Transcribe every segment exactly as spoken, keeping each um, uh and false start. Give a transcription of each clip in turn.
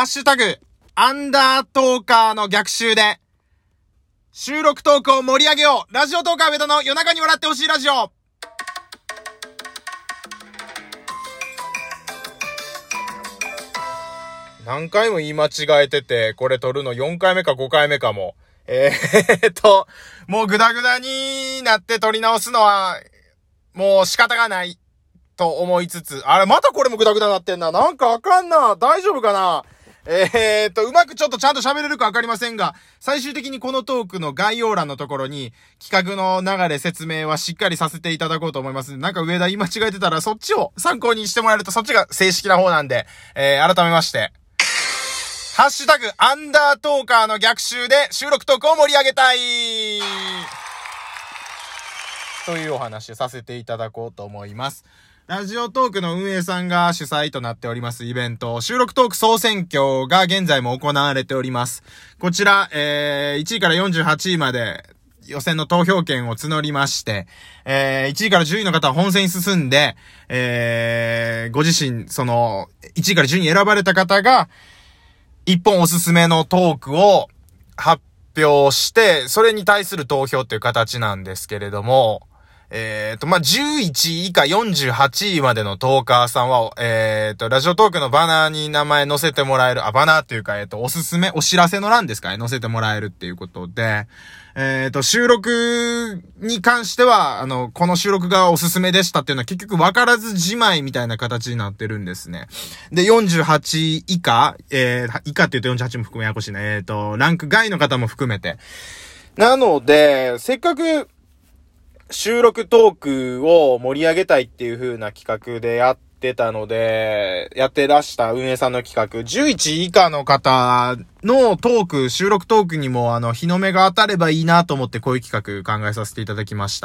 ハッシュタグ、アンダートーカーの逆襲で、収録トークを盛り上げよう。ラジオトーカー上田の夜中に笑ってほしいラジオ。何回も言い間違えてて、これ撮るのよんかいめかごかいめかも。えーっと、もうグダグダになって撮り直すのは、もう仕方がないと思いつつ、あれまたこれもグダグダになってんな。なんかあかんな。大丈夫かな。えーっと、うまくちょっとちゃんと喋れるかわかりませんが、最終的にこのトークの概要欄のところに、企画の流れ説明はしっかりさせていただこうと思いますので、なんか上田言い間違えてたらそっちを参考にしてもらえると、そっちが正式な方なんで、えー、改めまして、ハッシュタグ、アンダートーカーの逆襲で収録トークを盛り上げたいというお話をさせていただこうと思います。ラジオトークの運営さんが主催となっておりますイベント、収録トーク総選挙が現在も行われております。こちら、えー、いちいからよんじゅうはちいまで予選の投票権を募りまして、えー、いちいからじゅういの方は本選に進んで、えー、ご自身、その、いちいからじゅういに選ばれた方が、一本おすすめのトークを発表して、それに対する投票っていう形なんですけれども、えっと、まあ、じゅういちい以下よんじゅうはちいまでのトーカーさんは、えっと、ラジオトークのバナーに名前載せてもらえる、あ、バナーっていうか、えっと、おすすめ、お知らせの欄ですかね、載せてもらえるっていうことで、えっと、収録に関しては、あの、この収録がおすすめでしたっていうのは結局分からずじまいみたいな形になってるんですね。で、よんじゅうはち以下、えー、以下って言うとよんじゅうはちも含めややこしいね。えっと、ランク外の方も含めて。なので、せっかく、収録トークを盛り上げたいっていう風な企画でやってたので、やってらした運営さんの企画、じゅういちい以下の方のトーク、収録トークにもあの、日の目が当たればいいなと思ってこういう企画考えさせていただきました。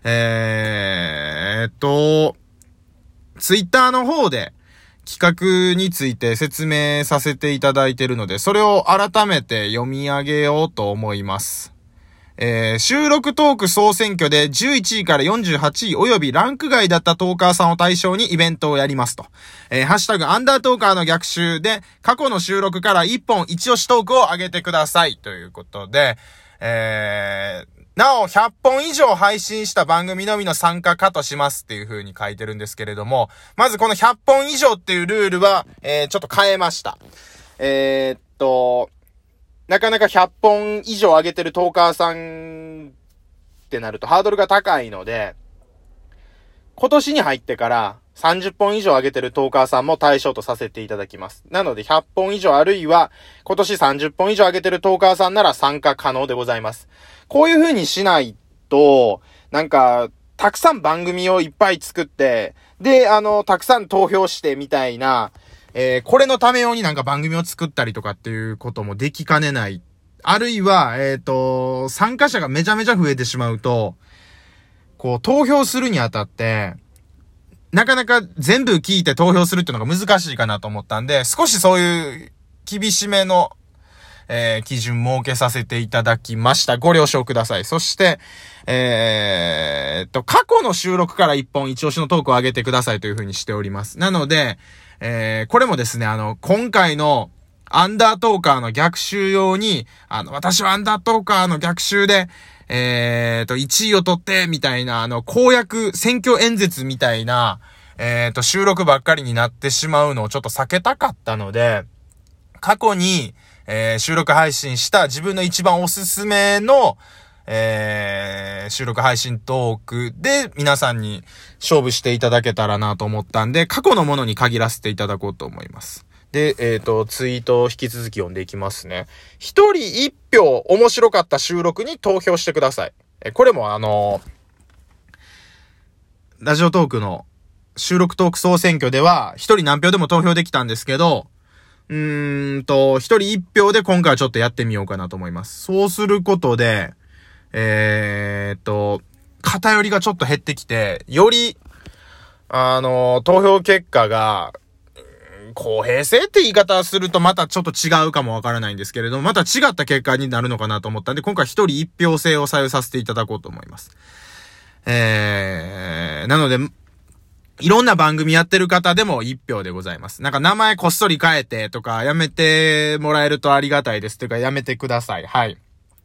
えーっと、ツイッターの方で企画について説明させていただいているので、それを改めて読み上げようと思います。えー、収録トーク総選挙でじゅういちいからよんじゅうはちい及びランク外だったトーカーさんを対象にイベントをやりますと。えー、ハッシュタグアンダートーカーの逆襲で過去の収録からいっぽん一押しトークを上げてくださいということで、えー、なおひゃっぽん以上配信した番組のみの参加可としますっていう風に書いてるんですけれども、まずこのひゃっぽん以上っていうルールは、えー、ちょっと変えました。えー、っと、なかなかひゃっぽん以上上げてるトーカーさんってなるとハードルが高いので、今年に入ってからさんじゅっぽん以上上げてるトーカーさんも対象とさせていただきます。なのでひゃっぽん以上あるいは今年さんじゅっぽん以上上げてるトーカーさんなら参加可能でございます。こういう風にしないと、なんか、たくさん番組をいっぱい作って、で、あの、たくさん投票してみたいな、えー、これのため用になんか番組を作ったりとかっていうこともできかねない。あるいは、えっと、参加者がめちゃめちゃ増えてしまうと、こう、投票するにあたって、なかなか全部聞いて投票するっていうのが難しいかなと思ったんで、少しそういう厳しめの、えー、基準設けさせていただきました。ご了承ください。そして、えー、っと、過去の収録から一本一押しのトークを上げてくださいという風にしております。なので、えー、これもですね、あの、今回のアンダートーカーの逆襲用に、あの、私はアンダートーカーの逆襲で、えーと、いちいを取って、みたいな、あの、公約、選挙演説みたいな、えーと、収録ばっかりになってしまうのをちょっと避けたかったので、過去に、えー、収録配信した自分の一番おすすめの、えー、収録配信トークで皆さんに勝負していただけたらなと思ったんで、過去のものに限らせていただこうと思います。で、えっと、ツイートを引き続き読んでいきますね。一人一票面白かった収録に投票してください。え、これもあのー、ラジオトークの収録トーク総選挙では一人何票でも投票できたんですけど、うーんと、一人一票で今回はちょっとやってみようかなと思います。そうすることで、えーっと、偏りがちょっと減ってきて、より、あの、投票結果が、公平性って言い方するとまたちょっと違うかもわからないんですけれども、また違った結果になるのかなと思ったんで、今回一人一票制を採用させていただこうと思います。えー、なので、 いろんな番組やってる方でも一票でございます。なんか名前こっそり変えてとかやめてもらえるとありがたいですというかやめてください。はい。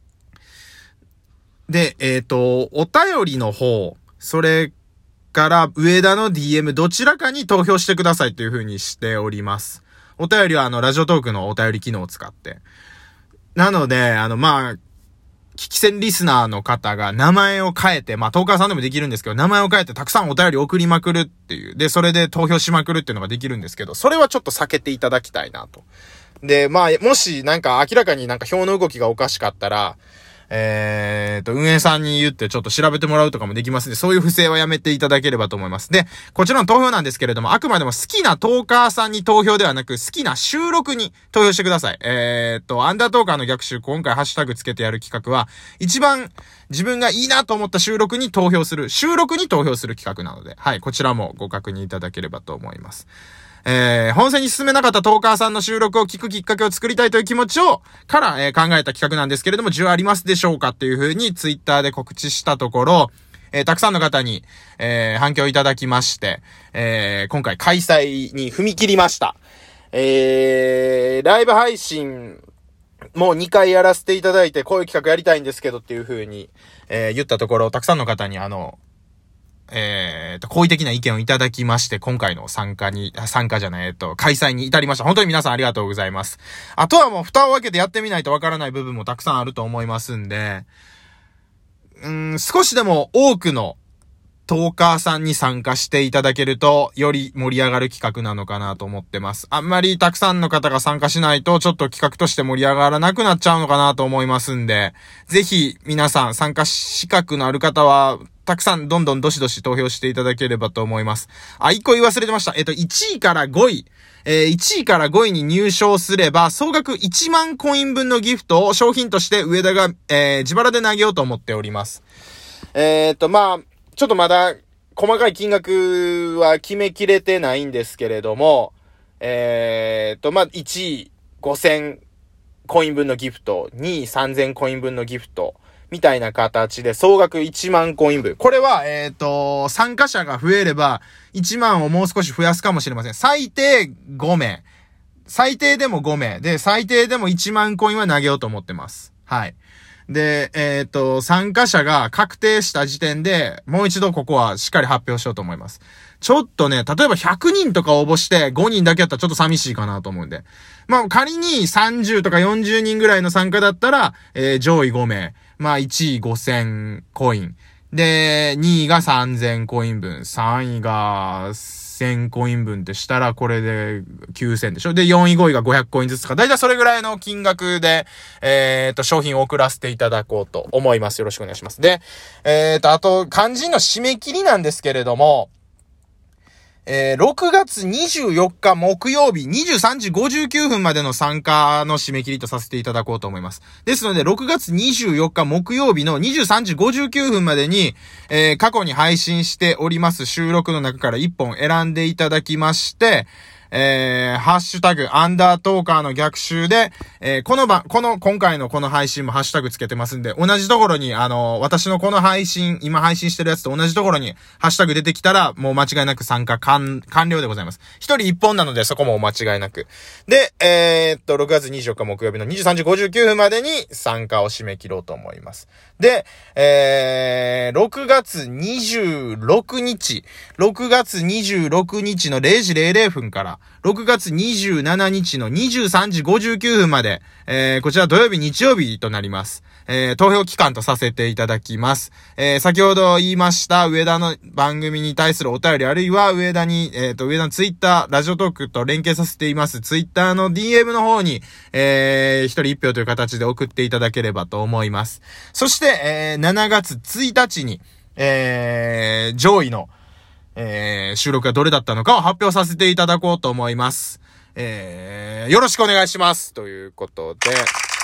で、えっと、お便りの方、それから上田の ディーエム どちらかに投票してくださいという風にしております。お便りはあの、ラジオトークのお便り機能を使って。なので、あの、まあ、聞き戦リスナーの方が名前を変えて、まあ、トーカーさんでもできるんですけど、名前を変えてたくさんお便り送りまくるっていう。で、それで投票しまくるっていうのができるんですけど、それはちょっと避けていただきたいなと。で、まあ、もしなんか明らかになんか票の動きがおかしかったら、えーと、運営さんに言ってちょっと調べてもらうとかもできますので、そういう不正はやめていただければと思います。で、こちらの投票なんですけれども、あくまでも好きなトーカーさんに投票ではなく、好きな収録に投票してください。えーと、アンダートーカーの逆襲、今回ハッシュタグつけてやる企画は、一番自分がいいなと思った収録に投票する、収録に投票する企画なので、はい、こちらもご確認いただければと思います。えー、本戦に進めなかったトーカーさんの収録を聞くきっかけを作りたいという気持ちを、から、えー、考えた企画なんですけれども、需要ありますでしょうかっていう風にツイッターで告知したところ、えー、たくさんの方に、えー、反響いただきまして、えー、今回開催に踏み切りました。えー、ライブ配信、もうにかいやらせていただいて、こういう企画やりたいんですけどっていう風に、えー、言ったところ、たくさんの方にあの、えーと、好意的な意見をいただきまして、今回の参加に、参加じゃない、えっと、開催に至りました。本当に皆さんありがとうございます。あとはもう蓋を開けてやってみないとわからない部分もたくさんあると思いますんで、うーん、少しでも多くのトーカーさんに参加していただけると、より盛り上がる企画なのかなと思ってます。あんまりたくさんの方が参加しないと、ちょっと企画として盛り上がらなくなっちゃうのかなと思いますんで、ぜひ皆さん参加資格のある方は、たくさんどんどんどしどし投票していただければと思います。あ、一個言い忘れてました。えっと、いちいからごい。えー、いちいからごいに入賞すれば、総額いちまんコイン分のギフトを商品として上田が、えー、自腹で投げようと思っております。えー、っと、まあ、ちょっとまだ細かい金額は決めきれてないんですけれども、えー、っと、まあ、いちいごせんコイン分のギフト、にいさんぜんコイン分のギフト、みたいな形で総額いちまんコイン分。これは、えっと、参加者が増えればいちまんをもう少し増やすかもしれません。最低ごめい。最低でもごめい。で、最低でもいちまんコインは投げようと思ってます。はい。で、えっと、参加者が確定した時点で、もう一度ここはしっかり発表しようと思います。ちょっとね、例えばひゃくにんとか応募してごにんだけやったらちょっと寂しいかなと思うんで。まあ、仮にさんじゅうとかよんじゅうにんぐらいの参加だったら、えー、上位ごめい。まあ、いちいごせんコイン。で、にいがさんぜんコイン分。さんいがせんコイン分ってしたら、これできゅうせんでしょ。で、よんいごいがごひゃくコインずつか。だいたいそれぐらいの金額で、えっと、商品を送らせていただこうと思います。よろしくお願いします。で、えっと、あと、肝心の締め切りなんですけれども、えー、ろくがつにじゅうよっか木曜日にじゅうさんじごじゅうきゅうふんまでの参加の締め切りとさせていただこうと思います。ですので、ろくがつにじゅうよっか木曜日のにじゅうさんじごじゅうきゅうふんまでに、えー、過去に配信しております収録の中からいっぽん選んでいただきまして、えー、ハッシュタグ、アンダートーカーの逆襲で、えー、この番、この、今回のこの配信もハッシュタグつけてますんで、同じところに、あのー、私のこの配信、今配信してるやつと同じところに、ハッシュタグ出てきたら、もう間違いなく参加完、完了でございます。一人一本なので、そこもお間違いなく。で、えー、っと、ろくがつにじゅうよっか木曜日のにじゅうさんじごじゅうきゅうふんまでに参加を締め切ろうと思います。で、えー、ろくがつにじゅうろくにち、ろくがつにじゅうろくにちのれいじれいれいふんから、ろくがつにじゅうしちにちのにじゅうさんじごじゅうきゅうふんまで、えー、こちら土曜日日曜日となります。えー、投票期間とさせていただきます。えー、先ほど言いました上田の番組に対するお便り、あるいは上田に、えっと、上田のツイッター、ラジオトークと連携させていますツイッターの ディーエム の方に、えー、一人一票という形で送っていただければと思います。そして、えー、しちがつついたちに、えー、上位のえー、収録がどれだったのかを発表させていただこうと思います。えー、よろしくお願いします。ということで、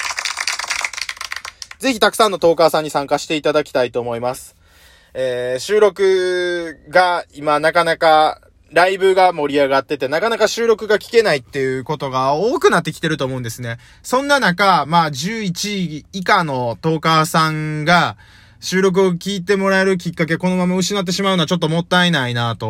ぜひたくさんのトーカーさんに参加していただきたいと思います。えー、収録が今なかなかライブが盛り上がってて、なかなか収録が聞けないっていうことが多くなってきてると思うんですね。そんな中、まあじゅういちい以下のトーカーさんが収録を聞いてもらえるきっかけこのまま失ってしまうのはちょっともったいないなと思っ 、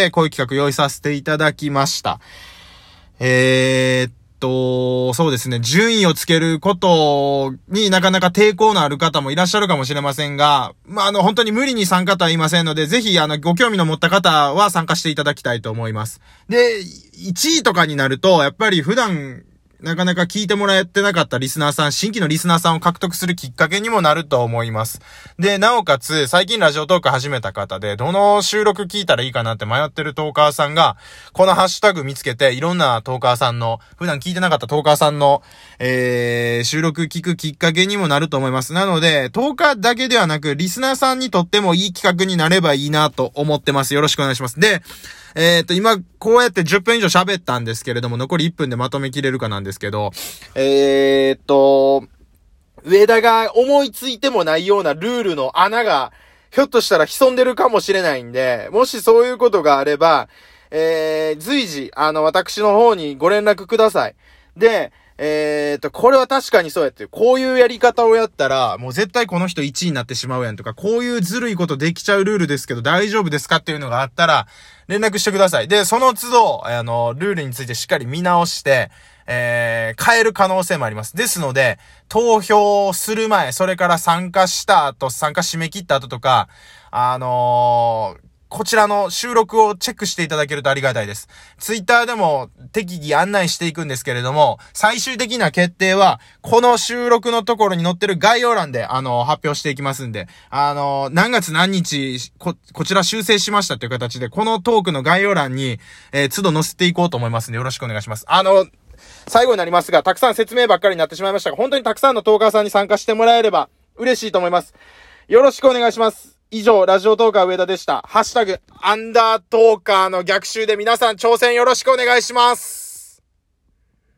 こういう企画用意させていただきました。えーっと、そうですね、順位をつけることになかなか抵抗のある方もいらっしゃるかもしれませんが、まあ、あの、本当に無理に参加とは言いませんので、ぜひ、あの、ご興味の持った方は参加していただきたいと思います。で、いちいとかになると、やっぱり普段、なかなか聞いてもらえてなかったリスナーさん、新規のリスナーさんを獲得するきっかけにもなると思います。で、なおかつ、最近ラジオトーク始めた方で、どの収録聞いたらいいかなって迷ってるトーカーさんが、このハッシュタグ見つけて、いろんなトーカーさんの、普段聞いてなかったトーカーさんの、えー、収録聞くきっかけにもなると思います。なので、トーカーだけではなく、リスナーさんにとってもいい企画になればいいなと思ってます。よろしくお願いします。で、えっと、今、こうやってじゅっぷん以上喋ったんですけれども、残りいっぷんでまとめきれるかなんですけど、えっと、上田が思いついてもないようなルールの穴が、ひょっとしたら潜んでるかもしれないんで、もしそういうことがあれば、えー、随時、あの、私の方にご連絡ください。で、えーと、これは確かにそうやって、こういうやり方をやったら、もう絶対この人いちいになってしまうやんとか、こういうずるいことできちゃうルールですけど大丈夫ですかっていうのがあったら、連絡してください。で、その都度、あの、ルールについてしっかり見直して、えー、変える可能性もあります。ですので、投票する前、それから参加した後、参加締め切った後とか、あのー、こちらの収録をチェックしていただけるとありがたいです。ツイッターでも適宜案内していくんですけれども、最終的な決定は、この収録のところに載ってる概要欄で、あの、発表していきますんで、あの、何月何日、こ、こちら修正しましたという形で、このトークの概要欄に、えー、都度載せていこうと思いますんで、よろしくお願いします。あの、最後になりますが、たくさん説明ばっかりになってしまいましたが、本当にたくさんのトーカーさんに参加してもらえれば嬉しいと思います。よろしくお願いします。以上、ラジオトーカー上田でした。ハッシュタグ、アンダートーカーの逆襲で皆さん挑戦よろしくお願いします。